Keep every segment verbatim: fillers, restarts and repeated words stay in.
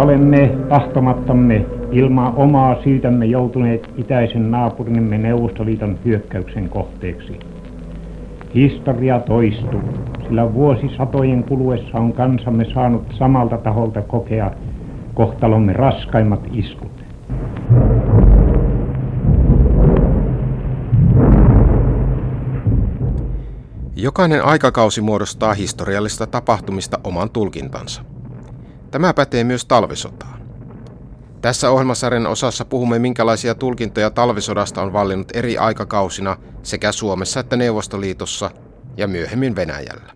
olemme tahtomattamme ilman omaa syytämme joutuneet itäisen naapurimme Neuvostoliiton hyökkäyksen kohteeksi. Historia toistuu, sillä vuosisatojen kuluessa on kansamme saanut samalta taholta kokea kohtalomme raskaimmat iskut. Jokainen aikakausi muodostaa historiallisista tapahtumista oman tulkintansa. Tämä pätee myös talvisotaan. Tässä ohjelmasarjan osassa puhumme, minkälaisia tulkintoja talvisodasta on vallinnut eri aikakausina sekä Suomessa että Neuvostoliitossa ja myöhemmin Venäjällä.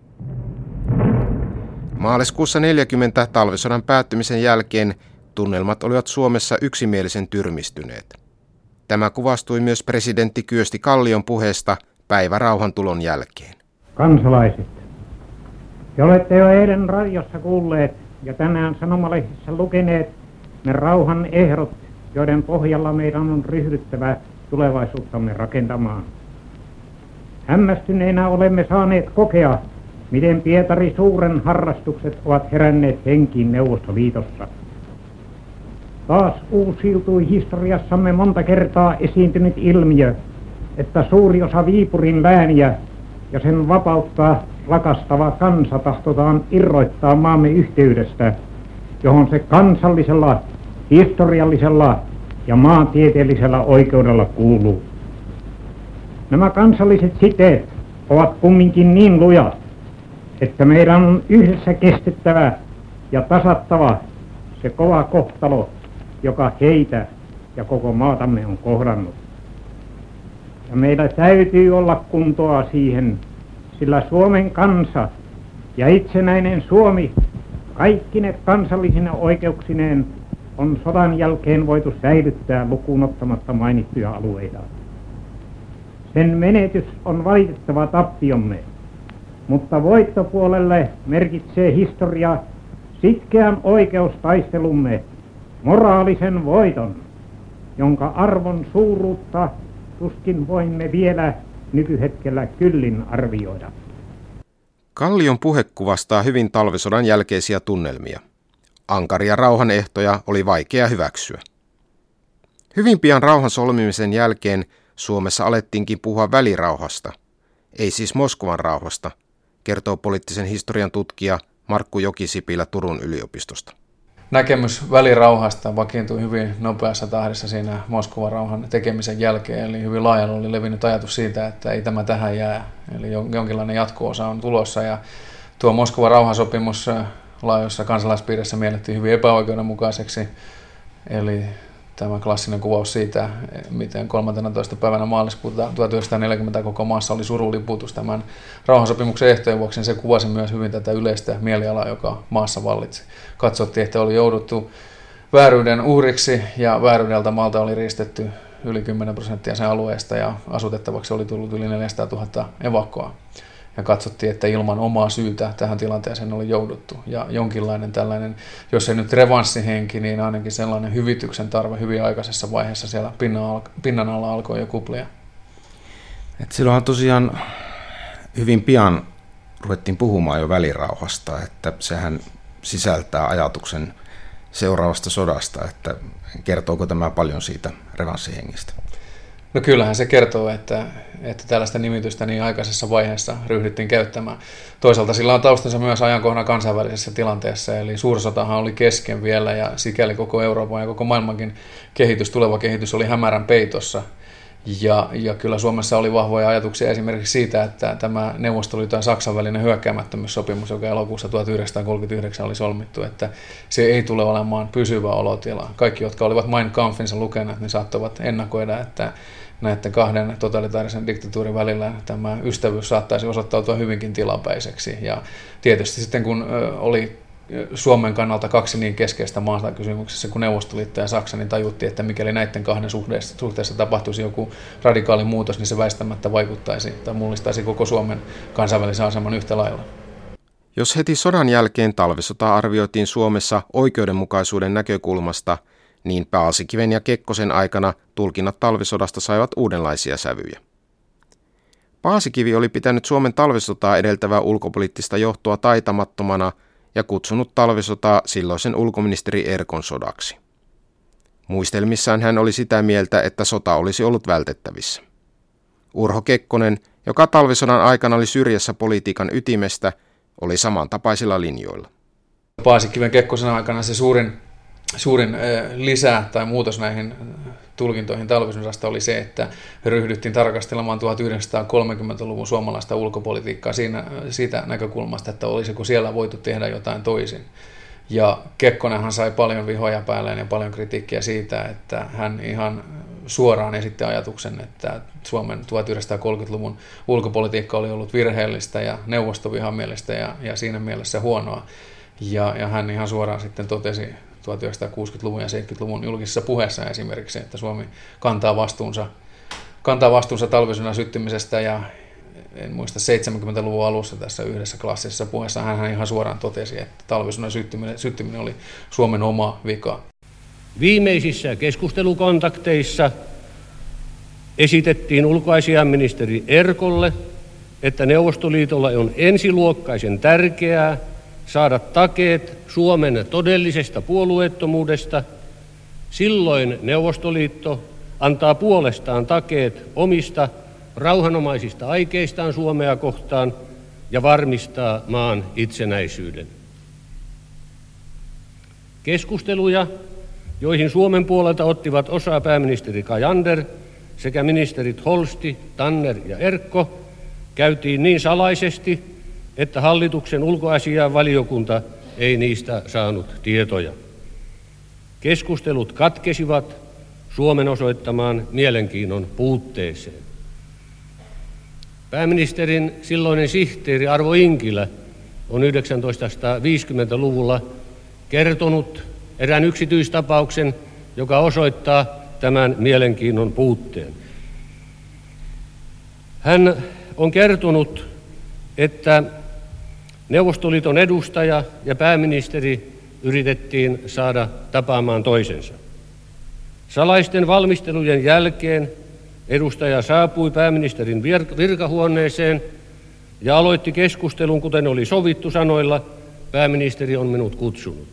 Maaliskuussa neljäkymmentä talvisodan päättymisen jälkeen tunnelmat olivat Suomessa yksimielisen tyrmistyneet. Tämä kuvastui myös presidentti Kyösti Kallion puheesta päivä rauhantulon jälkeen. Kansalaiset, te olette jo eilen radiossa kuulleet ja tänään sanomalehdissä lukeneet ne rauhan ehdot, joiden pohjalla meidän on ryhdyttävä tulevaisuuttamme rakentamaan. Hämmästyneenä olemme saaneet kokea, miten Pietari suuren harrastukset ovat heränneet henkiin Neuvostoliitossa. Taas uusiutui historiassamme monta kertaa esiintynyt ilmiö, että suuri osa Viipurin lääniä ja sen vapauttaa rakastava kansa tahtotaan irrottaa maamme yhteydestä, johon se kansallisella, historiallisella ja maantieteellisellä oikeudella kuuluu. Nämä kansalliset siteet ovat kumminkin niin lujat, että meidän on yhdessä kestettävä ja tasattava se kova kohtalo, joka heitä ja koko maatamme on kohdannut. Ja meillä täytyy olla kuntoa siihen, sillä Suomen kansa ja itsenäinen Suomi kaikkine kansallisine oikeuksineen on sodan jälkeen voitu säilyttää lukuun ottamatta mainittuja alueita. Sen menetys on valitettava tappiomme, mutta voittopuolelle merkitsee historia sitkeän oikeustaistelumme, moraalisen voiton, jonka arvon suuruutta tuskin voimme vielä nykyhetkellä kyllin arvioida. Kallion puhe kuvastaa hyvin talvisodan jälkeisiä tunnelmia. Ankaria rauhanehtoja oli vaikea hyväksyä. Hyvin pian rauhan solmimisen jälkeen Suomessa alettiinkin puhua välirauhasta, ei siis Moskovan rauhasta, kertoo poliittisen historian tutkija Markku Jokisipilä Turun yliopistosta. Näkemys välirauhasta vakiintui hyvin nopeassa tahdissa siinä Moskovan rauhan tekemisen jälkeen, eli hyvin laajalla oli levinnyt ajatus siitä, että ei tämä tähän jää, eli jonkinlainen jatko-osa on tulossa, ja tuo Moskovan rauhansopimus laajoissa kansalaispiirissä miellettiin hyvin epäoikeudenmukaiseksi, eli tämä klassinen kuvaus siitä, miten kolmastoista päivänä maaliskuuta tuhatyhdeksänsataaneljäkymmentä koko maassa oli suruliputus tämän rauhansopimuksen ehtojen vuoksi, niin se kuvasi myös hyvin tätä yleistä mielialaa, joka maassa vallitsi. Katsottiin, että oli jouduttu vääryyden uhriksi ja vääryydeltä maalta oli riistetty yli kymmenen prosenttia sen alueesta ja asutettavaksi oli tullut yli neljäsataatuhatta evakkoa. Ja katsottiin, että ilman omaa syytä tähän tilanteeseen oli jouduttu. Ja jonkinlainen tällainen, jos ei nyt revanssihenki, niin ainakin sellainen hyvityksen tarve hyvin aikaisessa vaiheessa siellä pinnan alla alkoi jo kuplia. Et silloinhan tosiaan hyvin pian ruvettiin puhumaan jo välirauhasta, että sehän sisältää ajatuksen seuraavasta sodasta, että kertooko tämä paljon siitä revanssihengistä? No kyllähän se kertoo, että, että tällaista nimitystä niin aikaisessa vaiheessa ryhdyttiin käyttämään. Toisaalta sillä on taustansa myös ajankohdan kansainvälisessä tilanteessa, eli suursotahan oli kesken vielä ja sikäli koko Euroopan ja koko maailmankin kehitys, tuleva kehitys oli hämärän peitossa. Ja, ja kyllä Suomessa oli vahvoja ajatuksia esimerkiksi siitä, että tämä Neuvostoliiton ja Saksan välinen hyökkäämättömyyssopimus, joka elokuussa tuhatyhdeksänsataakolmekymmentäyhdeksän oli solmittu, että se ei tule olemaan pysyvä olotila. Kaikki, jotka olivat Mein Kampfinsa lukeneet, niin saattoivat ennakoida, että näiden kahden totalitaarisen diktatuurin välillä tämä ystävyys saattaisi osoittautua hyvinkin tilapäiseksi. Ja tietysti sitten kun oli Suomen kannalta kaksi niin keskeistä maata kysymyksessä kuin Neuvostoliitto ja Saksa, niin tajuttiin, että mikäli näiden kahden suhteessa, suhteessa tapahtuisi joku radikaali muutos, niin se väistämättä vaikuttaisi tai mullistaisi koko Suomen kansainvälisen aseman yhtä lailla. Jos heti sodan jälkeen talvisota arvioitiin Suomessa oikeudenmukaisuuden näkökulmasta, niin Paasikiven ja Kekkosen aikana tulkinnat talvisodasta saivat uudenlaisia sävyjä. Paasikivi oli pitänyt Suomen talvisotaa edeltävää ulkopoliittista johtoa taitamattomana ja kutsunut talvisotaa silloisen ulkoministeri Erkon sodaksi. Muistelmissaan hän oli sitä mieltä, että sota olisi ollut vältettävissä. Urho Kekkonen, joka talvisodan aikana oli syrjässä politiikan ytimestä, oli samantapaisilla linjoilla. Paasikiven Kekkosen aikana se suurin, suurin lisä tai muutos näihin tulkintoihin talvisodasta oli se, että ryhdyttiin tarkastelemaan tuhatyhdeksänsataakolmekymmentäluvun suomalaista ulkopolitiikkaa siinä, siitä näkökulmasta, että olisiko siellä voitu tehdä jotain toisin. Ja Kekkonenhan sai paljon vihoja päälleen ja paljon kritiikkiä siitä, että hän ihan suoraan esitti ajatuksen, että Suomen tuhatyhdeksänsataakolmekymmentäluvun ulkopolitiikka oli ollut virheellistä ja neuvostovihamielistä ja, ja siinä mielessä huonoa. Ja, ja hän ihan suoraan sitten totesi tuhatyhdeksänsataakuusikymmentäluvun ja seitsemänkymmentäluvun julkisessa puheessa esimerkiksi, että Suomi kantaa vastuunsa, kantaa vastuunsa talvisodan syttymisestä ja en muista seitsemänkymmentäluvun alussa tässä yhdessä klassisessa puheessa hän ihan suoraan totesi, että talvisodan syttyminen, syttyminen oli Suomen oma vika. Viimeisissä keskustelukontakteissa esitettiin ulkoasiainministeri Erkolle, että Neuvostoliitolla on ensiluokkaisen tärkeää saada takeet Suomen todellisesta puolueettomuudesta. Silloin Neuvostoliitto antaa puolestaan takeet omista rauhanomaisista aikeistaan Suomea kohtaan ja varmistaa maan itsenäisyyden. Keskusteluja, joihin Suomen puolelta ottivat osaa pääministeri Cajander sekä ministerit Holsti, Tanner ja Erkko, käytiin niin salaisesti, että hallituksen ulkoasiainvaliokunta ei niistä saanut tietoja. Keskustelut katkesivat Suomen osoittamaan mielenkiinnon puutteeseen. Pääministerin silloinen sihteeri Arvo Inkilä on tuhatyhdeksänsataaviisikymmentäluvulla kertonut erään yksityistapauksen, joka osoittaa tämän mielenkiinnon puutteen. Hän on kertonut, että Neuvostoliiton edustaja ja pääministeri yritettiin saada tapaamaan toisensa. Salaisten valmistelujen jälkeen edustaja saapui pääministerin virkahuoneeseen ja aloitti keskustelun, kuten oli sovittu sanoilla, pääministeri on minut kutsunut.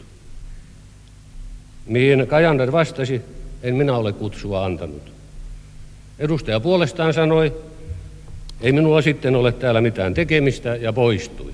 Mihin Cajander vastasi, en minä ole kutsua antanut. Edustaja puolestaan sanoi, ei minulla sitten ole täällä mitään tekemistä ja poistui.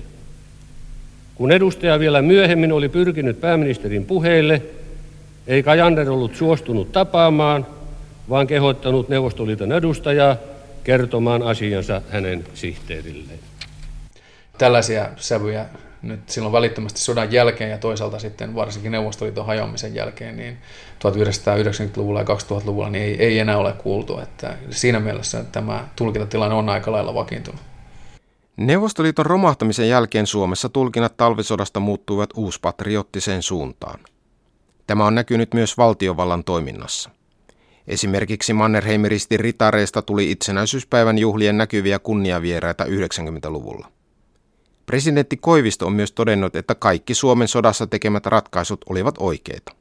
Kun edustaja vielä myöhemmin oli pyrkinyt pääministerin puheille, ei Cajander ollut suostunut tapaamaan, vaan kehottanut Neuvostoliiton edustajaa kertomaan asiansa hänen sihteerilleen. Tällaisia sävyjä nyt silloin välittömästi sodan jälkeen ja toisaalta sitten varsinkin Neuvostoliiton hajoamisen jälkeen niin tuhatyhdeksänsataayhdeksänkymmentäluvulla ja kaksituhattaluvulla niin ei, ei enää ole kuultu. Että siinä mielessä tämä tulkintatilanne on aika lailla vakiintunut. Neuvostoliiton romahtamisen jälkeen Suomessa tulkinnat talvisodasta muuttuivat uuspatriottiseen suuntaan. Tämä on näkynyt myös valtiovallan toiminnassa. Esimerkiksi Mannerheim-ristin ritareista tuli itsenäisyyspäivän juhlien näkyviä kunniavieraita yhdeksänkymmentäluvulla. Presidentti Koivisto on myös todennut, että kaikki Suomen sodassa tekemät ratkaisut olivat oikeita.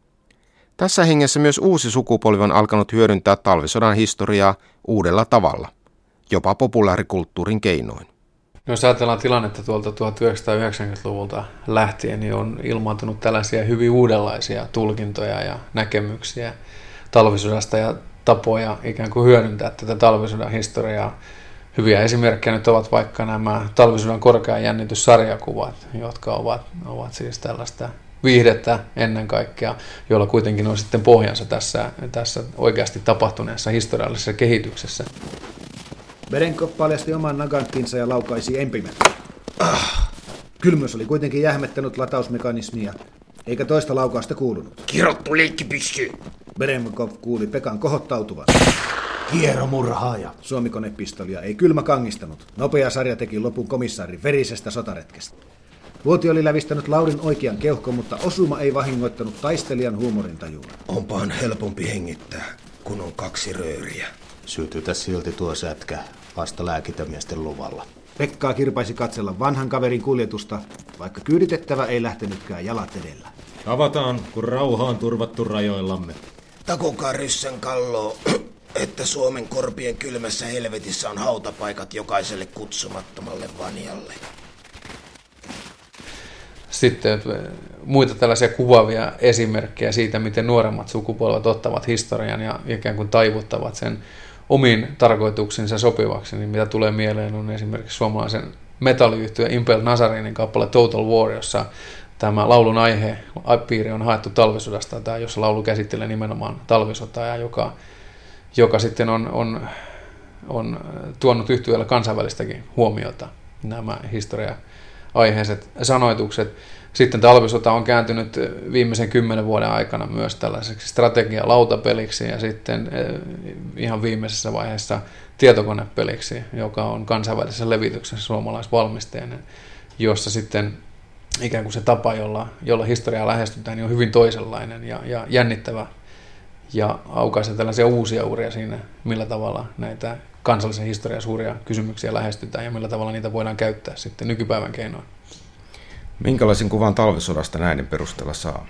Tässä hengessä myös uusi sukupolvi on alkanut hyödyntää talvisodan historiaa uudella tavalla, jopa populaarikulttuurin keinoin. No, jos ajatellaan tilannetta tuolta tuhatyhdeksänsataayhdeksänkymmentäluvulta lähtien, niin on ilmaantunut tällaisia hyvin uudenlaisia tulkintoja ja näkemyksiä talvisodasta ja tapoja ikään kuin hyödyntää tätä talvisodan historiaa. Hyviä esimerkkejä nyt ovat vaikka nämä talvisodan korkean jännityssarjakuvat, jotka ovat, ovat siis tällaista viihdettä ennen kaikkea, jolla kuitenkin on sitten pohjansa tässä, tässä oikeasti tapahtuneessa historiallisessa kehityksessä. Berenkov paljasti oman naganttinsa ja laukaisi empimät. Ah, kylmyys oli kuitenkin jähmettänyt latausmekanismia, eikä toista laukausta kuulunut. Kirottu leikkipyssy! Berenkov kuuli Pekan kohottautuvan. Hieromurhaaja. Suomikonepistolia ei kylmä kangistanut. Nopea sarja teki lopun komissaarin verisestä sotaretkestä. Vuoti oli lävistänyt Laurin oikean keuhkon, mutta osuma ei vahingoittanut taistelijan huumorintajua. Onpahan helpompi hengittää, kun on kaksi rööriä. Sytytä silti tuo sätkä vasta lääkintämiesten luvalla. Pekkaa kirpaisi katsella vanhan kaverin kuljetusta, vaikka kyyditettävä ei lähtenytkään jalat edellä. Avataan, kun rauha on turvattu rajoillamme. Takokaa ryssän kalloo, että Suomen korpien kylmässä helvetissä on hautapaikat jokaiselle kutsumattomalle vanjalle. sitten muita tällaisia kuvaavia esimerkkejä siitä, miten nuoremmat sukupolvet ottavat historian ja ikään kuin taivuttavat sen omiin tarkoituksensa sopivaksi, niin mitä tulee mieleen on esimerkiksi suomalaisen metalliyhtyön Impel Nazarinin kappale Total War, jossa tämä laulun aihe, piiri on haettu talvisodasta, tai jossa laulu käsittelee nimenomaan talvisotaa, ja joka, joka sitten on, on, on tuonut yhtyeelle kansainvälistäkin huomiota, nämä historia-aiheiset sanoitukset. Sitten talvisota on kääntynyt viimeisen kymmenen vuoden aikana myös tällaiseksi strategia-lautapeliksi ja sitten ihan viimeisessä vaiheessa tietokonepeliksi, joka on kansainvälisessä levityksessä suomalaisvalmisteinen, jossa sitten ikään kuin se tapa, jolla, jolla historiaa lähestytään, niin on hyvin toisenlainen ja, ja jännittävä ja aukaisee tällaisia uusia uria siinä, millä tavalla näitä kansallisen historian suuria kysymyksiä lähestytään ja millä tavalla niitä voidaan käyttää sitten nykypäivän keinoin. Minkälaisen kuvan talvisodasta näiden perusteella saa?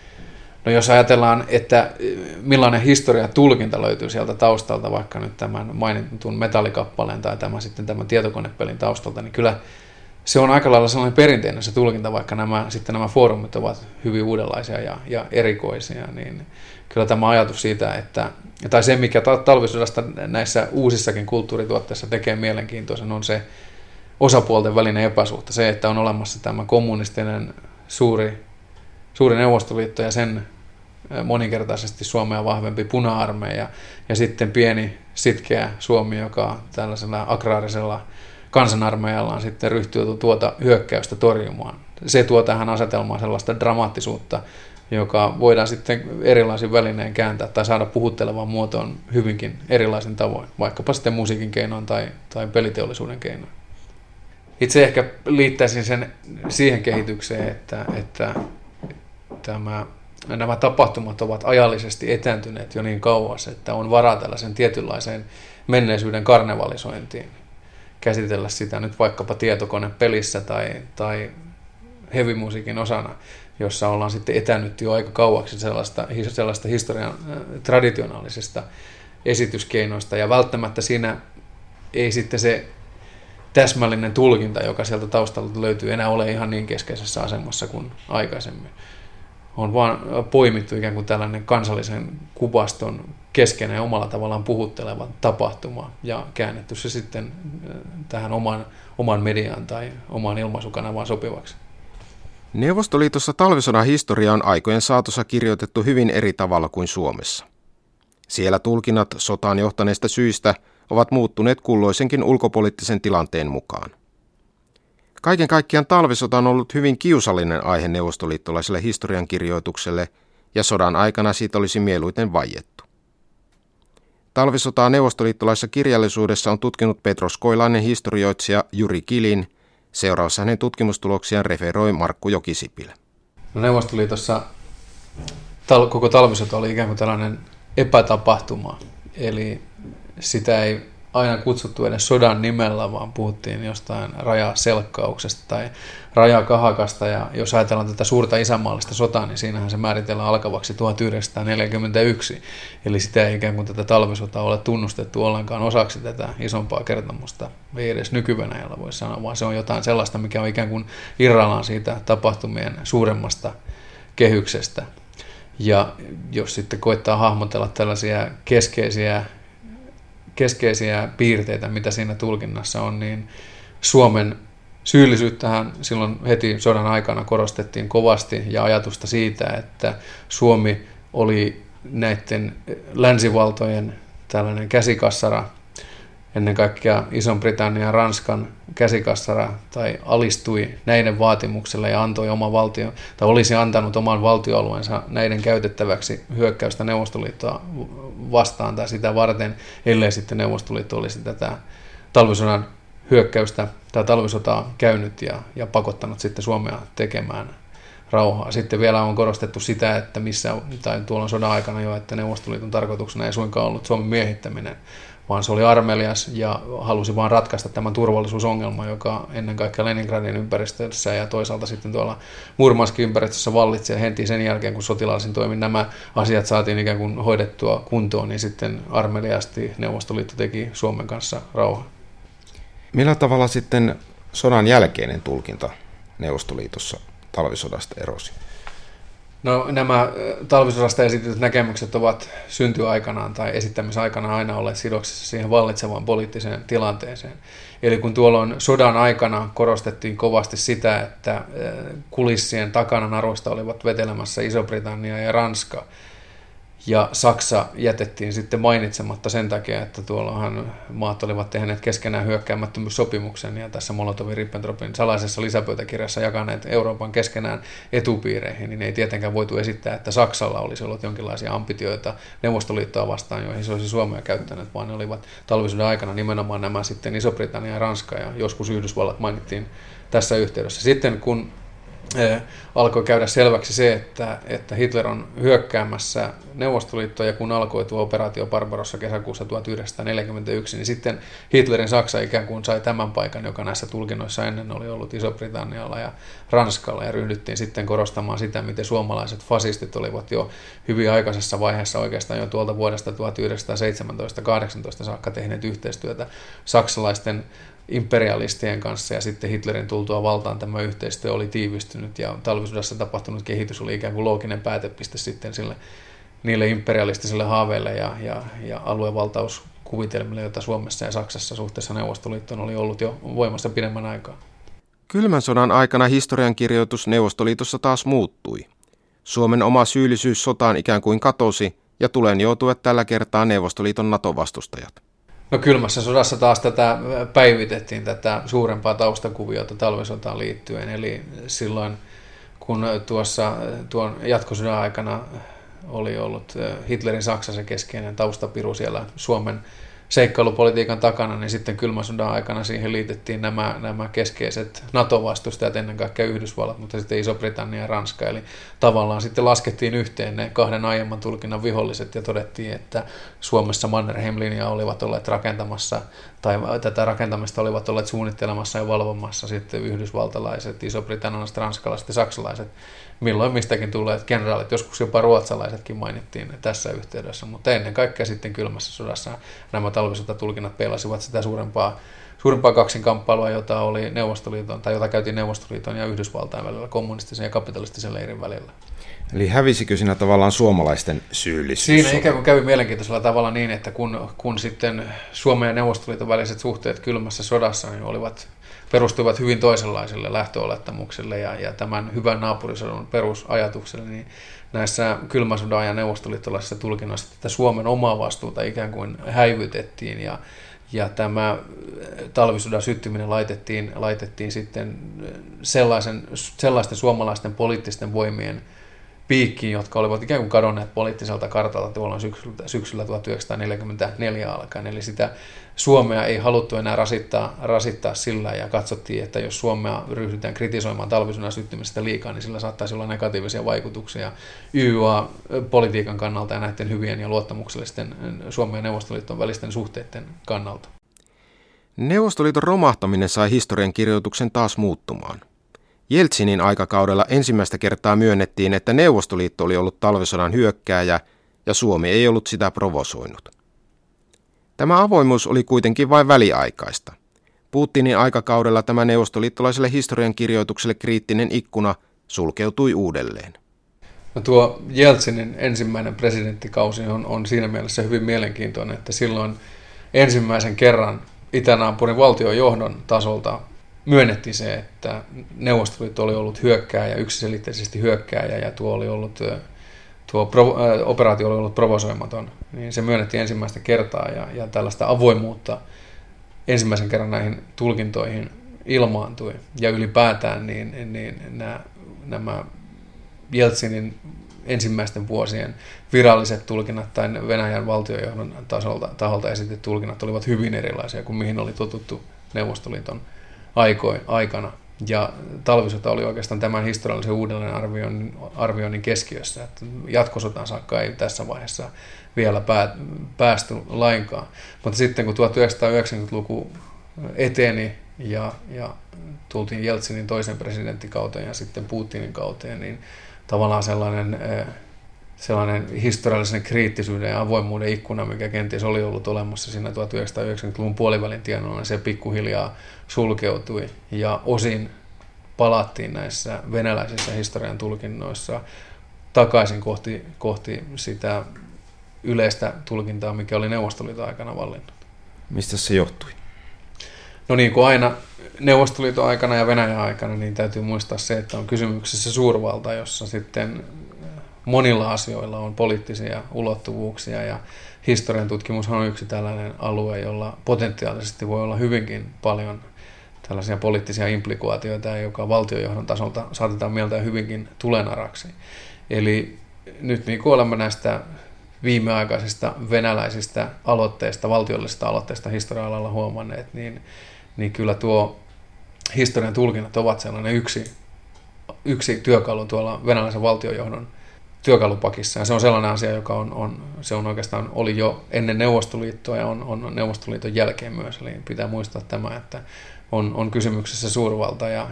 No jos ajatellaan, että millainen historiatulkinta löytyy sieltä taustalta, vaikka nyt tämän mainitun metallikappaleen tai tämän, sitten tämän tietokonepelin taustalta, niin kyllä se on aika lailla sellainen perinteinen se tulkinta, vaikka nämä, sitten nämä foorumit ovat hyvin uudenlaisia ja, ja erikoisia, niin kyllä tämä ajatus siitä, että, tai se mikä talvisodasta näissä uusissakin kulttuurituotteissa tekee mielenkiintoisen, on se osapuolten välinen epäsuhta, se, että on olemassa tämä kommunistinen suuri, suuri Neuvostoliitto ja sen moninkertaisesti Suomea vahvempi puna-armeija ja sitten pieni sitkeä Suomi, joka tällaisella agraarisella kansanarmeijallaan sitten ryhtyy tuota hyökkäystä torjumaan. Se tuo tähän asetelmaan sellaista dramaattisuutta, joka voidaan sitten erilaisin välinein kääntää tai saada puhuttelevaan muotoon hyvinkin erilaisin tavoin, vaikkapa sitten musiikin keinoin tai, tai peliteollisuuden keinoin. Itse ehkä liittäisin sen siihen kehitykseen, että, että tämä, nämä tapahtumat ovat ajallisesti etääntyneet jo niin kauas, että on varaa tällaisen tietynlaiseen menneisyyden karnevalisointiin. Käsitellä sitä nyt vaikkapa tietokonepelissä tai, tai heavy-musiikin osana, jossa ollaan sitten etäännyt jo aika kauaksi sellaista, sellaista historian traditionaalisesta esityskeinoista, ja välttämättä siinä ei sitten se täsmällinen tulkinta, joka sieltä taustalta löytyy, enää ole ihan niin keskeisessä asemassa kuin aikaisemmin. On vaan poimittu ikään kuin tällainen kansallisen kuvaston keskeinen ja omalla tavallaan puhutteleva tapahtuma ja käännetty se sitten tähän oman, oman mediaan tai omaan ilmaisukanavaan sopivaksi. Neuvostoliitossa talvisodan historia on aikojen saatossa kirjoitettu hyvin eri tavalla kuin Suomessa. Siellä tulkinnat sotaan johtaneista syistä ovat muuttuneet kulloisenkin ulkopoliittisen tilanteen mukaan. Kaiken kaikkiaan talvisota on ollut hyvin kiusallinen aihe neuvostoliittolaiselle historiankirjoitukselle, ja sodan aikana siitä olisi mieluiten vaiettu. Talvisotaa neuvostoliittolaisessa kirjallisuudessa on tutkinut petroskoilainen historioitsija Juri Kilin. Seuraavassa hänen tutkimustuloksiaan referoi Markku Jokisipilä. No Neuvostoliitossa tal- koko talvisota oli ikään kuin tällainen epätapahtuma, eli sitä ei aina kutsuttu edes sodan nimellä, vaan puhuttiin jostain rajaselkkauksesta tai rajakahakasta, ja jos ajatellaan tätä suurta isänmaallista sotaa, niin siinähän se määritellään alkavaksi tuhatyhdeksänsataaneljäkymmentäyksi, eli sitä ei ikään kuin tätä talvisotaa ole tunnustettu ollenkaan osaksi tätä isompaa kertomusta, ei edes nyky-Venäjällä voi sanoa, vaan se on jotain sellaista, mikä on ikään kuin irrallaan siitä tapahtumien suuremmasta kehyksestä. Ja jos sitten koittaa hahmotella tällaisia keskeisiä keskeisiä piirteitä, mitä siinä tulkinnassa on, niin Suomen syyllisyyttähän silloin heti sodan aikana korostettiin kovasti, ja ajatusta siitä, että Suomi oli näiden länsivaltojen tällainen käsikassara, ennen kaikkea Ison-Britannian ja Ranskan käsikassara, tai alistui näiden vaatimukselle ja antoi oman valtio, tai olisi antanut oman valtioalueensa näiden käytettäväksi hyökkäystä Neuvostoliittoa vastaan tai sitä varten, ellei sitten Neuvostoliitto olisi tätä talvisodan hyökkäystä tai talvisotaa käynyt ja, ja pakottanut sitten Suomea tekemään rauhaa. Sitten vielä on korostettu sitä, että missä, tai tuolla sodan aikana jo, että Neuvostoliiton tarkoituksena ei suinkaan ollut Suomen miehittäminen, vaan se oli armelias ja halusi vaan ratkaista tämän turvallisuusongelman, joka ennen kaikkea Leningradin ympäristössä ja toisaalta sitten tuolla Murmanskin ympäristössä vallitsi. Ja heti sen jälkeen, kun sotilaallisin toimin nämä asiat saatiin ikään kuin hoidettua kuntoon, niin sitten armeliasti Neuvostoliitto teki Suomen kanssa rauhaa. Millä tavalla sitten sodan jälkeinen tulkinta Neuvostoliitossa talvisodasta erosi? No, nämä talvisodasta esitetyt näkemykset ovat syntyaikanaan tai esittämisaikanaan aina olleet sidoksissa siihen vallitsevaan poliittiseen tilanteeseen. Eli kun tuolloin sodan aikana korostettiin kovasti sitä, että kulissien takana naruista olivat vetelemässä Iso-Britannia ja Ranska, ja Saksa jätettiin sitten mainitsematta sen takia, että tuollahan maat olivat tehneet keskenään hyökkäämättömyyssopimuksen ja tässä Molotov-Ribbentropin salaisessa lisäpöytäkirjassa jakaneet Euroopan keskenään etupiireihin, niin ei tietenkään voitu esittää, että Saksalla olisi ollut jonkinlaisia ambitioita Neuvostoliittoa vastaan, joihin se olisi Suomea käyttänyt, vaan ne olivat talvisodan aikana nimenomaan nämä sitten Iso-Britannia ja Ranska ja joskus Yhdysvallat mainittiin tässä yhteydessä. Sitten kun alkoi käydä selväksi se, että, että Hitler on hyökkäämässä Neuvostoliittoa, ja kun alkoi tuo operaatio Barbarossa kesäkuussa tuhatyhdeksänsataaneljäkymmentäyksi, niin sitten Hitlerin Saksa ikään kuin sai tämän paikan, joka näissä tulkinnoissa ennen oli ollut Iso-Britannialla ja Ranskalla, ja ryhdyttiin sitten korostamaan sitä, miten suomalaiset fasistit olivat jo hyvin aikaisessa vaiheessa, oikeastaan jo tuolta vuodesta tuhatyhdeksänsataaseitsemäntoista kahdeksantoista saakka tehneet yhteistyötä saksalaisten imperialistien kanssa, ja sitten Hitlerin tultua valtaan tämä yhteistyö oli tiivistynyt, ja talvisodassa tapahtunut kehitys oli ikään kuin looginen päätepiste sitten sille, niille imperialistisille haaveille ja, ja, ja aluevaltauskuvitelmille, joita Suomessa ja Saksassa suhteessa Neuvostoliittoon oli ollut jo voimassa pidemmän aikaa. Kylmän sodan aikana historiankirjoitus Neuvostoliitossa taas muuttui. Suomen oma syyllisyys sotaan ikään kuin katosi, ja tuleen joutuivat tällä kertaa Neuvostoliiton NATO-vastustajat. No, kylmässä sodassa taas tätä päivitettiin, tätä suurempaa taustakuviota talvisotaan liittyen, eli silloin kun tuossa tuon jatkosodan aikana oli ollut Hitlerin Saksa se keskeinen taustapiru siellä Suomen seikkailupolitiikan takana, niin sitten kylmän sodan aikana siihen liitettiin nämä, nämä keskeiset NATO-vastustajat, ennen kaikkea Yhdysvallat, mutta sitten Iso-Britannia ja Ranska, eli tavallaan sitten laskettiin yhteen ne kahden aiemman tulkinnan viholliset ja todettiin, että Suomessa Mannerheim-linjaa olivat olleet rakentamassa, tai tätä rakentamista olivat olleet suunnittelemassa ja valvomassa sitten yhdysvaltalaiset, iso-britannialaiset, ranskalaiset ja saksalaiset, milloin mistäkin tulleet kenraalit, joskus jopa ruotsalaisetkin mainittiin tässä yhteydessä, mutta ennen kaikkea sitten kylmässä sodassa nämä talvisotatulkinnat peilasivat sitä suurempaa, suurempaa kaksinkamppailua, jota oli Neuvostoliiton, tai jota käytiin Neuvostoliiton ja Yhdysvaltain välillä, kommunistisen ja kapitalistisen leirin välillä. Eli hävisikö siinä tavallaan suomalaisten syyllisyys? Siinä ikään kuin kävi mielenkiintoisella tavalla niin, että kun, kun sitten Suomen ja Neuvostoliiton väliset suhteet kylmässä sodassa niin olivat, perustuivat hyvin toisenlaisille lähtöolettamuksille ja, ja tämän hyvän naapurisodon perusajatukselle, niin näissä kylmän sodan ja neuvostoliittolaisissa tulkinnoissa tätä Suomen omaa vastuuta ikään kuin häivytettiin ja Ja tämä talvisodan syttyminen laitettiin, laitettiin sitten sellaisen, sellaisten suomalaisten poliittisten voimien piikkiin, jotka olivat ikään kuin kadonneet poliittiselta kartalta tuolloin syksyllä, syksyllä tuhatyhdeksänsataaneljäkymmentäneljä alkaen. Eli sitä Suomea ei haluttu enää rasittaa, rasittaa sillä, ja katsottiin, että jos Suomea ryhdytään kritisoimaan talvisodan syttymisestä liikaa, niin sillä saattaisi olla negatiivisia vaikutuksia Y Y A-politiikan kannalta ja näiden hyvien ja luottamuksellisten Suomen ja Neuvostoliiton välisten suhteiden kannalta. Neuvostoliiton romahtaminen sai historian kirjoituksen taas muuttumaan. Jeltsinin aikakaudella ensimmäistä kertaa myönnettiin, että Neuvostoliitto oli ollut talvisodan hyökkääjä ja Suomi ei ollut sitä provosoinut. Tämä avoimuus oli kuitenkin vain väliaikaista. Putinin aikakaudella tämä neuvostoliittolaiselle historian kirjoitukselle kriittinen ikkuna sulkeutui uudelleen. No, tuo Jeltsinin ensimmäinen presidenttikausi on, on siinä mielessä hyvin mielenkiintoinen, että silloin ensimmäisen kerran itänaapurin valtiojohdon tasolta myönnettiin se, että Neuvostoliitto oli ollut hyökkääjä, yksiselitteisesti hyökkääjä, ja tuo, oli ollut, tuo provo, ä, operaatio oli ollut provosoimaton. Niin se myönnettiin ensimmäistä kertaa, ja, ja tällaista avoimuutta ensimmäisen kerran näihin tulkintoihin ilmaantui. Ja ylipäätään niin, niin nämä, nämä Jeltsinin ensimmäisten vuosien viralliset tulkinnat tai Venäjän valtiojohdon tasolta, taholta esitetyt tulkinnat olivat hyvin erilaisia kuin mihin oli totuttu Neuvostoliiton aikana. Ja talvisota oli oikeastaan tämän historiallisen uudelleen arvioinnin, arvioinnin keskiössä. Että jatkosotaan saakka ei tässä vaiheessa vielä päästy lainkaan. Mutta sitten kun tuhatyhdeksänsataayhdeksänkymmentäluku eteni ja, ja tultiin Jeltsinin toisen presidenttikauteen ja sitten Putinin kauteen, niin tavallaan sellainen, sellainen historiallisen kriittisyyden ja avoimuuden ikkuna, mikä kenties oli ollut olemassa siinä tuhatyhdeksänsataayhdeksänkymmentäluvun puolivälin tienoilla, se pikkuhiljaa sulkeutui ja osin palattiin näissä venäläisissä historian tulkinnoissa takaisin kohti, kohti sitä yleistä tulkintaa, mikä oli Neuvostoliiton aikana vallinnut. Mistä se johtui? No niin kuin aina Neuvostoliiton aikana ja Venäjän aikana, niin täytyy muistaa se, että on kysymyksessä suurvalta, jossa sitten monilla asioilla on poliittisia ulottuvuuksia, ja historian tutkimus on yksi tällainen alue, jolla potentiaalisesti voi olla hyvinkin paljon tällaisia poliittisia implikaatioita, joka valtiojohdon tasolta saatetaan mieltää hyvinkin tulenaraksi. Eli nyt niin kuin olemme näistä viimeaikaisista venäläisistä aloitteista, valtiollisista aloitteista historia-alalla huomanneet, niin, niin kyllä tuo historian tulkinnat ovat sellainen yksi, yksi työkalu tuolla venäläisen valtiojohdon työkalupakissa. Ja se on sellainen asia, joka on, on, se on oikeastaan oli jo ennen Neuvostoliittoa ja on, on Neuvostoliiton jälkeen myös. Eli pitää muistaa tämä, että on, on kysymyksessä suurvalta, ja,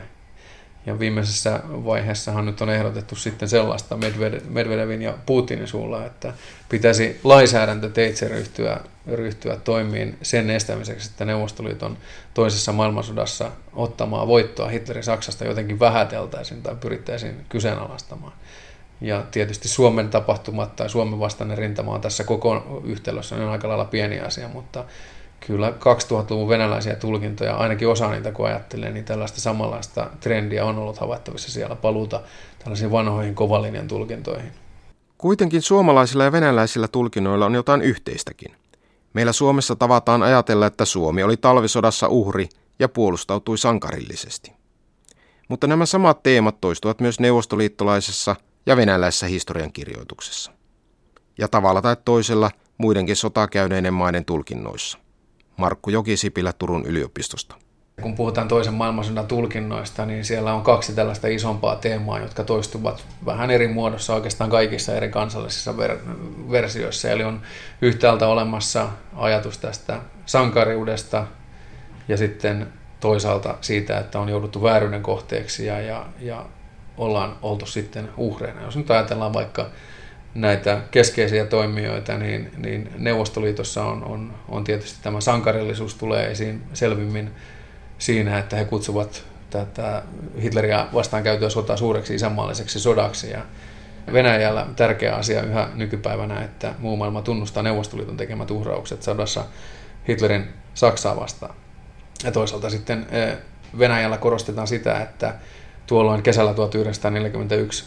ja viimeisessä vaiheessahan nyt on ehdotettu sitten sellaista Medvedevin ja Putinin suulla, että pitäisi lainsäädäntöteitse ryhtyä, ryhtyä toimiin sen estämiseksi, että Neuvostoliiton toisessa maailmansodassa ottamaa voittoa Hitlerin Saksasta jotenkin vähäteltäisiin tai pyrittäisiin kyseenalaistamaan. Ja tietysti Suomen tapahtumat tai Suomen vastainen rintama on tässä koko yhtälössä on aika lailla pieni asia, mutta kyllä kaksituhattaluvun venäläisiä tulkintoja, ainakin osa niitä kun ajattelee, niin tällaista samanlaista trendiä on ollut havaittavissa siellä, paluuta tällaisiin vanhoihin kovalinjan tulkintoihin. Kuitenkin suomalaisilla ja venäläisillä tulkinnoilla on jotain yhteistäkin. Meillä Suomessa tavataan ajatella, että Suomi oli talvisodassa uhri ja puolustautui sankarillisesti. Mutta nämä samat teemat toistuvat myös neuvostoliittolaisessa ja venäläisessä historiankirjoituksessa. Ja tavalla tai toisella muidenkin sotaa käyneiden maiden tulkinnoissa. Markku Jokisipilä Turun yliopistosta. Kun puhutaan toisen maailmansodan tulkinnoista, niin siellä on kaksi tällaista isompaa teemaa, jotka toistuvat vähän eri muodossa oikeastaan kaikissa eri kansallisissa ver- versioissa. Eli on yhtäältä olemassa ajatus tästä sankariudesta ja sitten toisaalta siitä, että on jouduttu vääryyden kohteeksi ja, ja, ja ollaan oltu sitten uhreina. Jos nyt ajatellaan vaikka näitä keskeisiä toimijoita, niin, niin Neuvostoliitossa on, on, on tietysti tämä sankarillisuus tulee esiin selvimmin siinä, että he kutsuvat tätä Hitleriä vastaan käytyä sotaa suureksi isänmaalliseksi sodaksi. Ja Venäjällä tärkeä asia yhä nykypäivänä, että muu maailma tunnustaa Neuvostoliiton tekemät uhraukset sodassa Hitlerin Saksaa vastaan. Ja toisaalta sitten Venäjällä korostetaan sitä, että tuolloin kesällä tuhatyhdeksänsataaneljäkymmentäyksi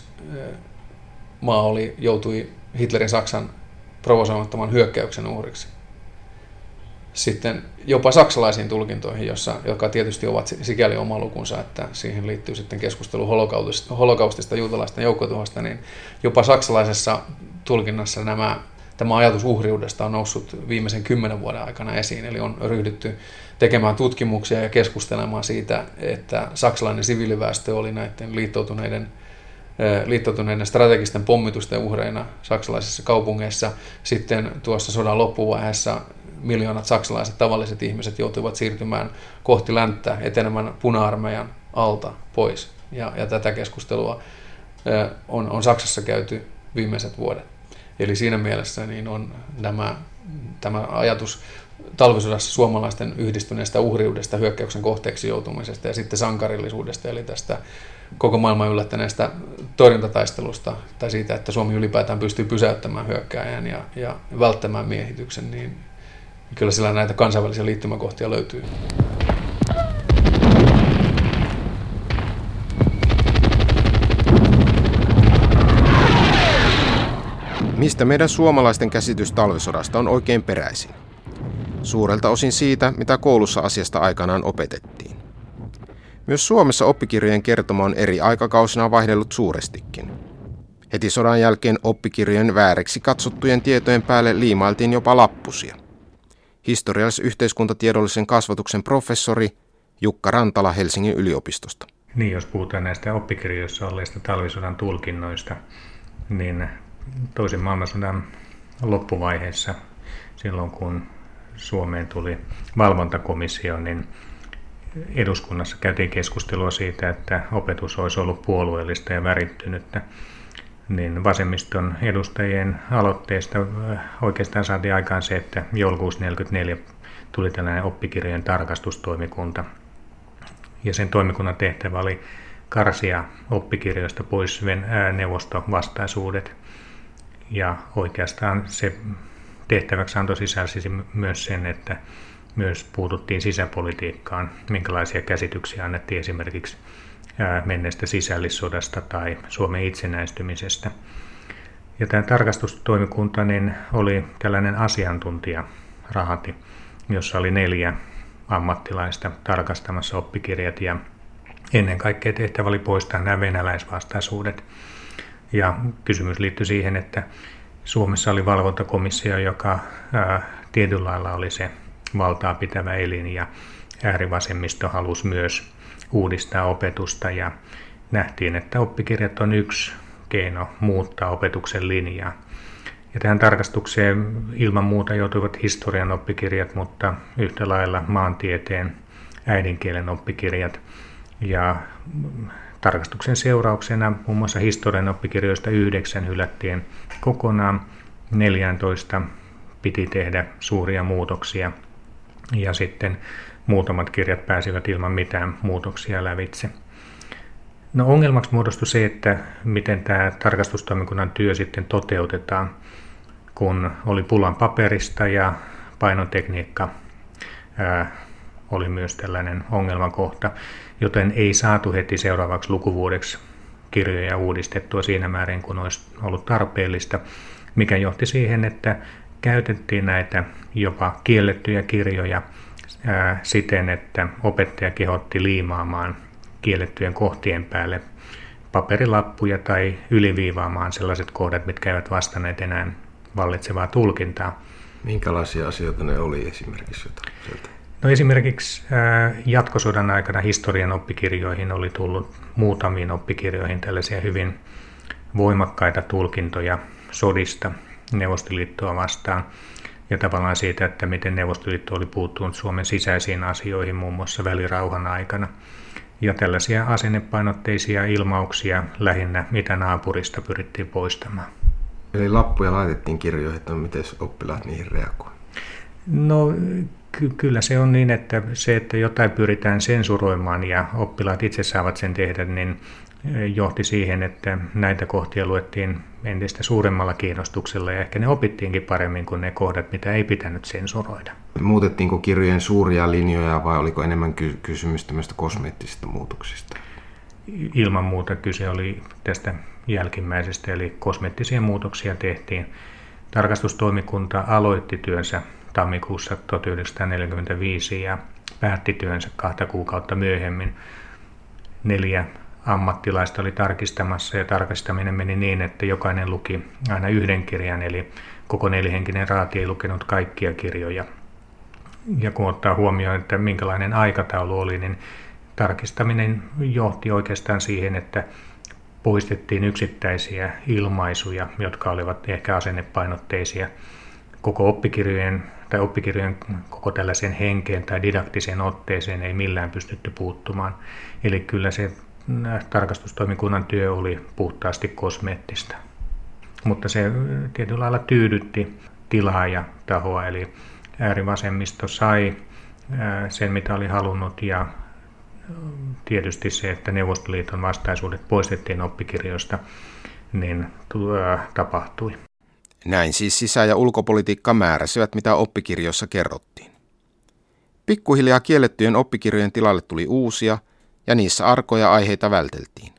maa oli, joutui Hitlerin Saksan provosoimattoman hyökkäyksen uhriksi. Sitten jopa saksalaisiin tulkintoihin, jossa, jotka tietysti ovat sikäli oma lukunsa, että siihen liittyy sitten keskustelu holokaustista, holokaustista juutalaisten joukkotuhosta, niin jopa saksalaisessa tulkinnassa nämä, tämä ajatus uhriudesta on noussut viimeisen kymmenen vuoden aikana esiin, eli on ryhdytty tekemään tutkimuksia ja keskustelemaan siitä, että saksalainen siviiliväestö oli näiden liittoutuneiden liittoutuneiden strategisten pommitusten uhreina saksalaisissa kaupungeissa. Sitten tuossa sodan loppuvaiheessa miljoonat saksalaiset tavalliset ihmiset joutuivat siirtymään kohti länttä, etenemään puna-armeijan alta pois. Ja, ja tätä keskustelua on, on Saksassa käyty viimeiset vuodet. Eli siinä mielessä niin on nämä, tämä ajatus talvisodassa suomalaisten yhdistyneestä uhriudesta, hyökkäyksen kohteeksi joutumisesta ja sitten sankarillisuudesta, eli tästä koko maailman yllättäneestä torjuntataistelusta tai siitä, että Suomi ylipäätään pystyy pysäyttämään hyökkääjän ja, ja välttämään miehityksen, niin kyllä sillä näitä kansainvälisiä liittymäkohtia löytyy. Mistä meidän suomalaisten käsitys talvisodasta on oikein peräisin? Suurelta osin siitä, mitä koulussa asiasta aikanaan opetettiin. Myös Suomessa oppikirjojen kertoma on eri aikakausina vaihdellut suurestikin. Heti sodan jälkeen oppikirjojen vääreksi katsottujen tietojen päälle liimailtiin jopa lappusia. Historiallis-yhteiskuntatiedollisen kasvatuksen professori Jukka Rantala Helsingin yliopistosta. Niin, jos puhutaan näistä oppikirjoissa olleista talvisodan tulkinnoista, niin toisen maailmansodan loppuvaiheessa, silloin kun Suomeen tuli valvontakomissio, niin eduskunnassa käytiin keskustelua siitä, että opetus olisi ollut puolueellista ja värittynyttä. Niin vasemmiston edustajien aloitteesta oikeastaan saatiin aikaan se, että joulukuussa tuhatyhdeksänsataaneljäkymmentäneljä tuli tällainen oppikirjojen tarkastustoimikunta. Ja sen toimikunnan tehtävä oli karsia oppikirjoista pois neuvostovastaisuudet. Ja oikeastaan se tehtäväksianto sisälsi myös sen, että myös puututtiin sisäpolitiikkaan, minkälaisia käsityksiä annettiin esimerkiksi menneestä sisällissodasta tai Suomen itsenäistymisestä. Ja tämä tarkastustoimikunta niin oli tällainen asiantuntijarahati, jossa oli neljä ammattilaista tarkastamassa oppikirjat ja ennen kaikkea tehtävä oli poistaa nämä venäläisvastaisuudet. Ja kysymys liittyi siihen, että Suomessa oli valvontakomissio, joka ää, tietyllä lailla oli se valtaa pitävä elin ja äärivasemmisto halusi myös uudistaa opetusta ja nähtiin, että oppikirjat on yksi keino muuttaa opetuksen linjaa. Ja tähän tarkastukseen ilman muuta joutuivat historian oppikirjat, mutta yhtä lailla maantieteen, äidinkielen oppikirjat. Ja tarkastuksen seurauksena muun muassa historian oppikirjoista yhdeksän hylättiin kokonaan, neljätoista piti tehdä suuria muutoksia ja sitten muutamat kirjat pääsivät ilman mitään muutoksia lävitse. No ongelmaksi muodostui se, että miten tämä tarkastustoimikunnan työ sitten toteutetaan, kun oli pulan paperista ja painotekniikka ää, oli myös tällainen ongelmakohta, joten ei saatu heti seuraavaksi lukuvuodeksi kirjoja uudistettua siinä määrin, kun olisi ollut tarpeellista, mikä johti siihen, että käytettiin näitä jopa kiellettyjä kirjoja ää, siten, että opettaja kehotti liimaamaan kiellettyjen kohtien päälle paperilappuja tai yliviivaamaan sellaiset kohdat, mitkä eivät vastanneet enää vallitsevaa tulkintaa. Minkälaisia asioita ne oli esimerkiksi sieltä? No esimerkiksi ää, jatkosodan aikana historian oppikirjoihin oli tullut muutamiin oppikirjoihin tällaisia hyvin voimakkaita tulkintoja sodista Neuvostoliittoa vastaan ja tavallaan siitä, että miten Neuvostoliitto oli puuttunut Suomen sisäisiin asioihin muun muassa välirauhan aikana. Ja tällaisia asennepainotteisia ilmauksia lähinnä itänaapurista pyrittiin poistamaan. Eli lappuja laitettiin kirjoihin, että miten oppilaat niihin reagoivat? No ky- kyllä se on niin, että se, että jotain pyritään sensuroimaan ja oppilaat itse saavat sen tehdä, niin johti siihen, että näitä kohtia luettiin entistä suuremmalla kiinnostuksella ja ehkä ne opittiinkin paremmin kuin ne kohdat, mitä ei pitänyt sensuroida. Muutettiinko kirjojen suuria linjoja vai oliko enemmän ky- kysymys tämmöistä kosmeettisista muutoksista? Ilman muuta kyse oli tästä jälkimmäisestä, eli kosmeettisia muutoksia tehtiin. Tarkastustoimikunta aloitti työnsä tammikuussa tuhatyhdeksänsataaneljäkymmentäviisi ja päätti työnsä kahta kuukautta myöhemmin. Neljä ammattilaista oli tarkistamassa ja tarkistaminen meni niin, että jokainen luki aina yhden kirjan, eli koko nelihenkinen raati ei lukenut kaikkia kirjoja. Ja kun ottaa huomioon, että minkälainen aikataulu oli, niin tarkistaminen johti oikeastaan siihen, että poistettiin yksittäisiä ilmaisuja, jotka olivat ehkä asennepainotteisia. Koko oppikirjojen tai oppikirjojen koko tällaiseen henkeen tai didaktiseen otteeseen ei millään pystytty puuttumaan. Eli kyllä se tarkastustoimikunnan työ oli puhtaasti kosmeettista. Mutta se tietyllä lailla tyydytti tilaajatahoa, eli äärivasemmisto sai sen, mitä oli halunnut, ja tietysti se, että Neuvostoliiton vastaisuudet poistettiin oppikirjoista, niin tapahtui. Näin siis sisä- ja ulkopolitiikka määräsivät, mitä oppikirjoissa kerrottiin. Pikkuhiljaa kiellettyjen oppikirjojen tilalle tuli uusia, ja niissä arkoja aiheita välteltiin.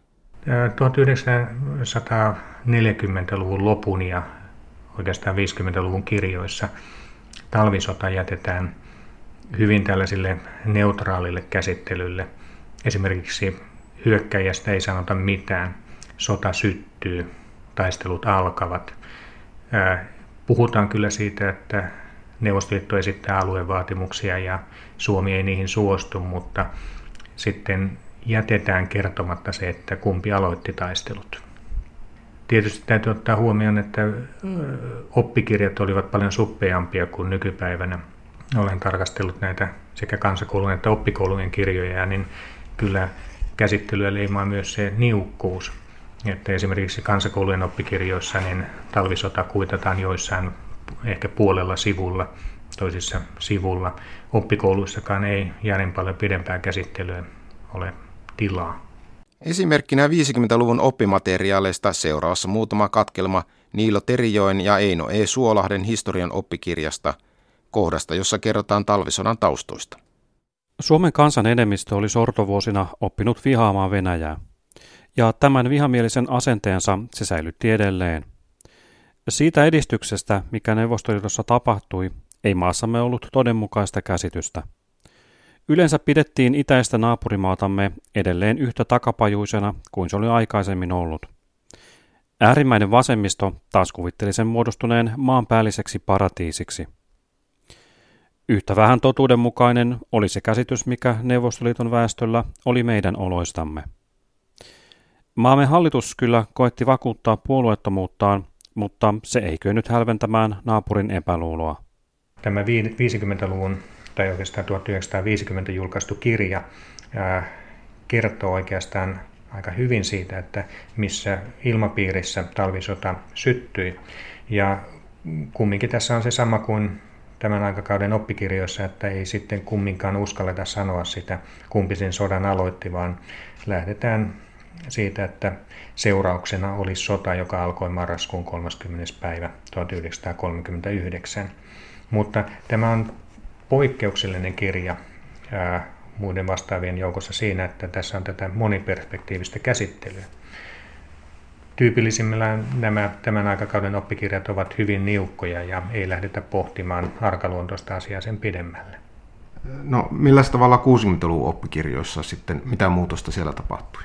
tuhatyhdeksänsataaneljäkymmentäluvun lopun ja oikeastaan viisikymmentäluvun kirjoissa talvisota jätetään hyvin tällaisille neutraalille käsittelylle. Esimerkiksi hyökkäjästä ei sanota mitään, sota syttyy, taistelut alkavat. Puhutaan kyllä siitä, että Neuvostoliitto esittää aluevaatimuksia ja Suomi ei niihin suostu, mutta sitten jätetään kertomatta se, että kumpi aloitti taistelut. Tietysti täytyy ottaa huomioon, että oppikirjat olivat paljon suppeampia kuin nykypäivänä. Olen tarkastellut näitä sekä kansakoulun että oppikoulujen kirjoja, niin kyllä käsittelyä leimaa myös se niukkuus. Että esimerkiksi kansakoulujen oppikirjoissa niin talvisota kuitataan joissain ehkä puolella sivulla, toisissa sivulla. Oppikouluissakaan ei järin paljon pidempää käsittelyä ole tilaa. Esimerkkinä viisikymmentäluvun oppimateriaaleista seuraavassa muutama katkelma Niilo Terijoen ja Eino E. Suolahden historian oppikirjasta, kohdasta, jossa kerrotaan talvisodan taustoista. Suomen kansan enemmistö oli sortovuosina oppinut vihaamaan Venäjää, ja tämän vihamielisen asenteensa se säilytti edelleen. Siitä edistyksestä, mikä Neuvostoliitossa tapahtui, ei maassamme ollut todenmukaista käsitystä. Yleensä pidettiin itäistä naapurimaatamme edelleen yhtä takapajuisena kuin se oli aikaisemmin ollut. Äärimmäinen vasemmisto taas kuvitteli sen muodostuneen maanpäälliseksi paratiisiksi. Yhtä vähän totuudenmukainen oli se käsitys, mikä Neuvostoliiton väestöllä oli meidän oloistamme. Maamme hallitus kyllä koetti vakuuttaa puolueettomuuttaan, mutta se ei kyennyt hälventämään naapurin epäluuloa. Tämä viisikymmentäluvun tai oikeastaan tuhatyhdeksänsataaviisikymmentä julkaistu kirja ää, kertoo oikeastaan aika hyvin siitä, että missä ilmapiirissä talvisota syttyi. Ja kumminkin tässä on se sama kuin tämän aikakauden oppikirjoissa, että ei sitten kumminkaan uskalleta sanoa sitä, kumpi sen sodan aloitti, vaan lähdetään siitä, että seurauksena oli sota, joka alkoi marraskuun kolmaskymmenes päivä tuhatyhdeksänsataakolmekymmentäyhdeksän. Mutta tämä on poikkeuksellinen kirja ää, muiden vastaavien joukossa siinä, että tässä on tätä moniperspektiivistä käsittelyä. Tyypillisimmillään nämä tämän aikakauden oppikirjat ovat hyvin niukkoja ja ei lähdetä pohtimaan arkaluontoista asiaa sen pidemmälle. No, millä tavalla kuusikymmentäluvun oppikirjoissa sitten, mitä muutosta siellä tapahtui?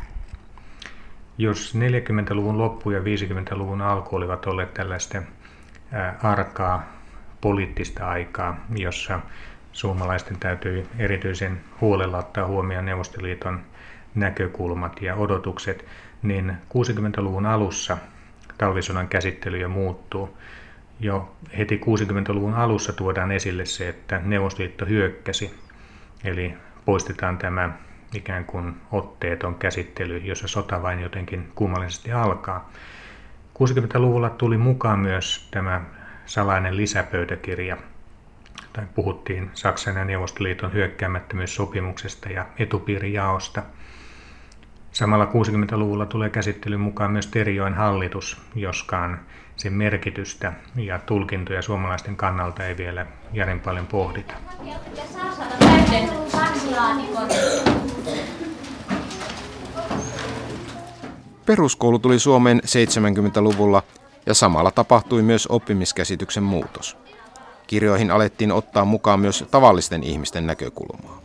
Jos neljäkymmentäluvun loppu ja viisikymmentäluvun alku olivat olleet tällaista ää, arkaa poliittista aikaa, jossa suomalaisten täytyy erityisen huolella ottaa huomioon Neuvostoliiton näkökulmat ja odotukset, niin kuusikymmentäluvun alussa talvisodan käsittely jo muuttuu. Jo heti kuusikymmentäluvun alussa tuodaan esille se, että Neuvostoliitto hyökkäsi, eli poistetaan tämä ikään kuin otteeton käsittely, jossa sota vain jotenkin kummallisesti alkaa. kuusikymmentäluvulla tuli mukaan myös tämä salainen lisäpöytäkirja, tai puhuttiin Saksan ja Neuvostoliiton hyökkäämättömyyssopimuksesta ja etupiirijaosta. Samalla kuusikymmentäluvulla tulee käsittelyyn mukaan myös Terijoen hallitus, joskaan sen merkitystä ja tulkintoja suomalaisten kannalta ei vielä järin paljon pohdita. Peruskoulu tuli Suomeen seitsemänkymmentäluvulla ja samalla tapahtui myös oppimiskäsityksen muutos. Kirjoihin alettiin ottaa mukaan myös tavallisten ihmisten näkökulmaa.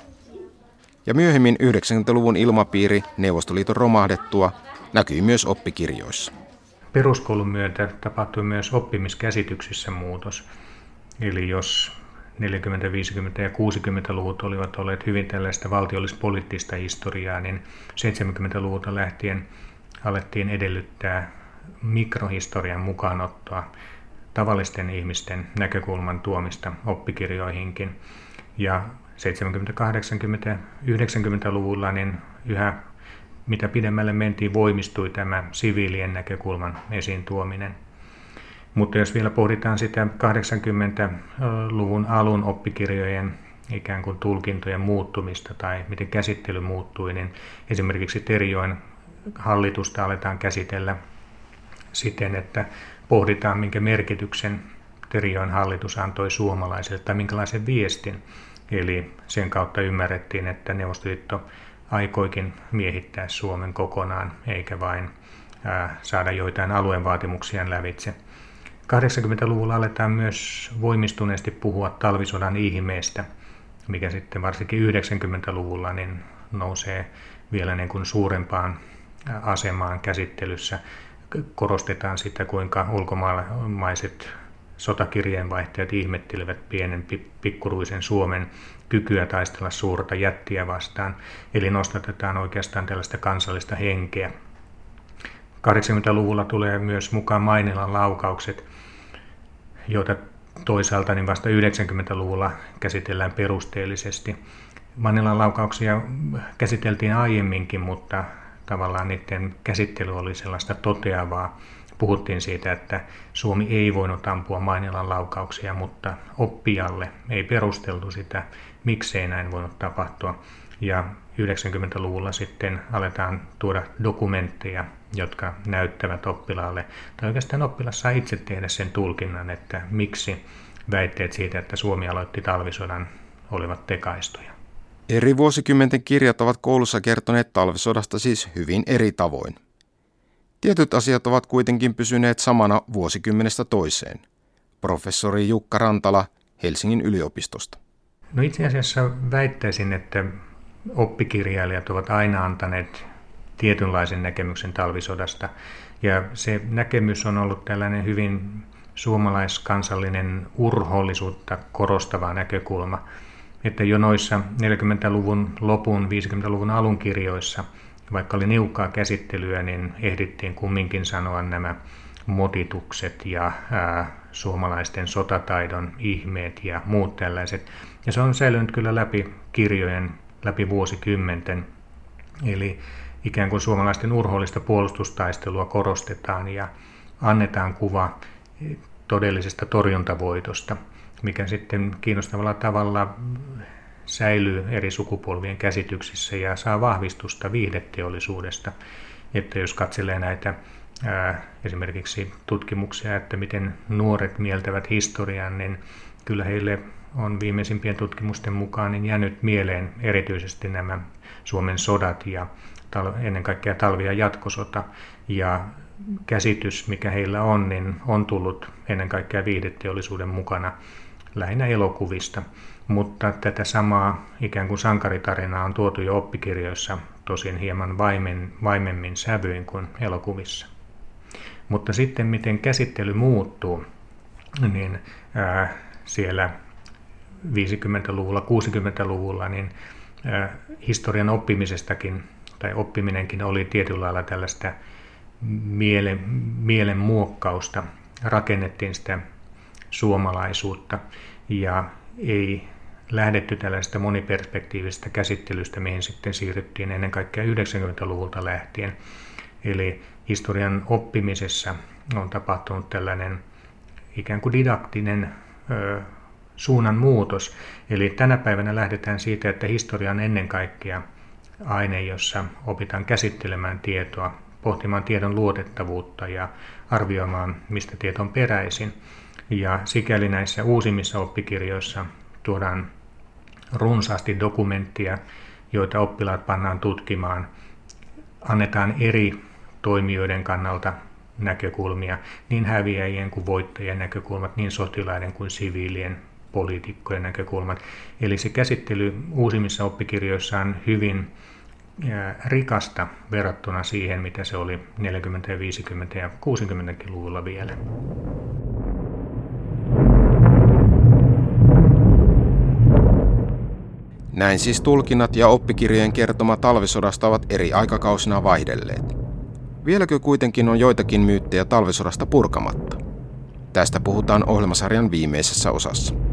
Ja myöhemmin yhdeksänkymmentäluvun ilmapiiri Neuvostoliiton romahdettua näkyi myös oppikirjoissa. Peruskoulun myötä tapahtui myös oppimiskäsityksissä muutos. Eli jos neljäkymmentä-, viisikymmentä- ja kuusikymmentäluvut olivat olleet hyvin tällaista valtiollispoliittista historiaa, niin seitsemänkymmentäluvulta lähtien alettiin edellyttää mikrohistorian mukaanottoa, tavallisten ihmisten näkökulman tuomista oppikirjoihinkin. Ja seitsemänkymmentä-, kahdeksankymmentä-, yhdeksänkymmentäluvulla niin yhä mitä pidemmälle mentiin, voimistui tämä siviilien näkökulman esiin tuominen. Mutta jos vielä pohditaan sitä kahdeksankymmentäluvun alun oppikirjojen ikään kuin tulkintojen muuttumista tai miten käsittely muuttui, niin esimerkiksi Terijoen hallitusta aletaan käsitellä siten, että pohditaan, minkä merkityksen Terijoen hallitus antoi suomalaisille tai minkälaisen viestin. Eli sen kautta ymmärrettiin, että Neuvostoliitto aikoikin miehittää Suomen kokonaan, eikä vain ää, saada joitain alueen vaatimuksia lävitse. kahdeksankymmentäluvulla aletaan myös voimistuneesti puhua talvisodan ihmeestä, mikä sitten varsinkin yhdeksänkymmentäluvulla niin nousee vielä niin kuin suurempaan asemaan käsittelyssä. Korostetaan sitä, kuinka ulkomaalaiset sotakirjeenvaihtajat ihmettelevät pienen pikkuruisen Suomen kykyä taistella suurta jättiä vastaan. Eli nostatetaan oikeastaan tällaista kansallista henkeä. kahdeksankymmentäluvulla tulee myös mukaan Mainilan laukaukset, joita toisaalta niin vasta yhdeksänkymmentäluvulla käsitellään perusteellisesti. Mainilan laukauksia käsiteltiin aiemminkin, mutta tavallaan niiden käsittely oli sellaista toteavaa. Puhuttiin siitä, että Suomi ei voinut ampua Mainilan laukauksia, mutta oppijalle ei perusteltu sitä, miksei näin voinut tapahtua. ja yhdeksänkymmentäluvulla sitten aletaan tuoda dokumentteja, jotka näyttävät oppilaalle, tai oikeastaan oppilas saa itse tehdä sen tulkinnan, että miksi väitteet siitä, että Suomi aloitti talvisodan, olivat tekaistuja. Eri vuosikymmenten kirjat ovat koulussa kertoneet talvisodasta siis hyvin eri tavoin. Tietyt asiat ovat kuitenkin pysyneet samana vuosikymmenestä toiseen. Professori Jukka Rantala Helsingin yliopistosta. No itse asiassa väittäisin, että oppikirjailijat ovat aina antaneet tietynlaisen näkemyksen talvisodasta. Ja se näkemys on ollut tällainen hyvin suomalaiskansallinen urhoollisuutta korostava näkökulma. Että jo noissa neljäkymmentäluvun lopun, viisikymmentäluvun alun kirjoissa, vaikka oli niukkaa käsittelyä, niin ehdittiin kumminkin sanoa nämä motitukset ja ää, suomalaisten sotataidon ihmeet ja muut tällaiset. Ja se on säilynyt kyllä läpi kirjojen, läpi vuosikymmenten. Eli ikään kuin suomalaisten urhoollista puolustustaistelua korostetaan ja annetaan kuva todellisesta torjuntavoitosta, mikä sitten kiinnostavalla tavalla säilyy eri sukupolvien käsityksissä ja saa vahvistusta viihdeteollisuudesta. Että jos katselee näitä ää, esimerkiksi tutkimuksia, että miten nuoret mieltävät historian, niin kyllä heille on viimeisimpien tutkimusten mukaan niin jäänyt mieleen erityisesti nämä Suomen sodat ja tal- ennen kaikkea talvi- ja jatkosota. Ja käsitys, mikä heillä on, niin on tullut ennen kaikkea viihdeteollisuuden mukana lähinnä elokuvista. Mutta tätä samaa ikään kuin sankaritarinaa on tuotu jo oppikirjoissa, tosin hieman vaimen, vaimemmin sävyin kuin elokuvissa. Mutta sitten miten käsittely muuttuu, niin ää, siellä viisikymmentäluvulla, kuusikymmentäluvulla, niin ää, historian oppimisestakin tai oppiminenkin oli tietyllä lailla tällaista mielen, mielen muokkausta. Rakennettiin sitä suomalaisuutta ja ei lähdetty tällaista moniperspektiivisestä käsittelystä, mihin sitten siirryttiin ennen kaikkea yhdeksänkymmentäluvulta lähtien. Eli historian oppimisessa on tapahtunut tällainen ikään kuin didaktinen ö, suunnan muutos. Eli tänä päivänä lähdetään siitä, että historia on ennen kaikkea aine, jossa opitaan käsittelemään tietoa, pohtimaan tiedon luotettavuutta ja arvioimaan, mistä tieto on peräisin. Ja sikäli näissä uusimmissa oppikirjoissa tuodaan runsaasti dokumenttia, joita oppilaat pannaan tutkimaan. Annetaan eri toimijoiden kannalta näkökulmia, niin häviäjien kuin voittajien näkökulmat, niin sotilaiden kuin siviilien, poliitikkojen näkökulmat. Eli se käsittely uusimmissa oppikirjoissa on hyvin rikasta verrattuna siihen, mitä se oli neljäkymmentä-, viisikymmentä- ja kuusikymmentäluvulla vielä. Näin siis tulkinnat ja oppikirjojen kertoma talvisodasta ovat eri aikakausina vaihdelleet. Vieläkö kuitenkin on joitakin myyttejä talvisodasta purkamatta? Tästä puhutaan ohjelmasarjan viimeisessä osassa.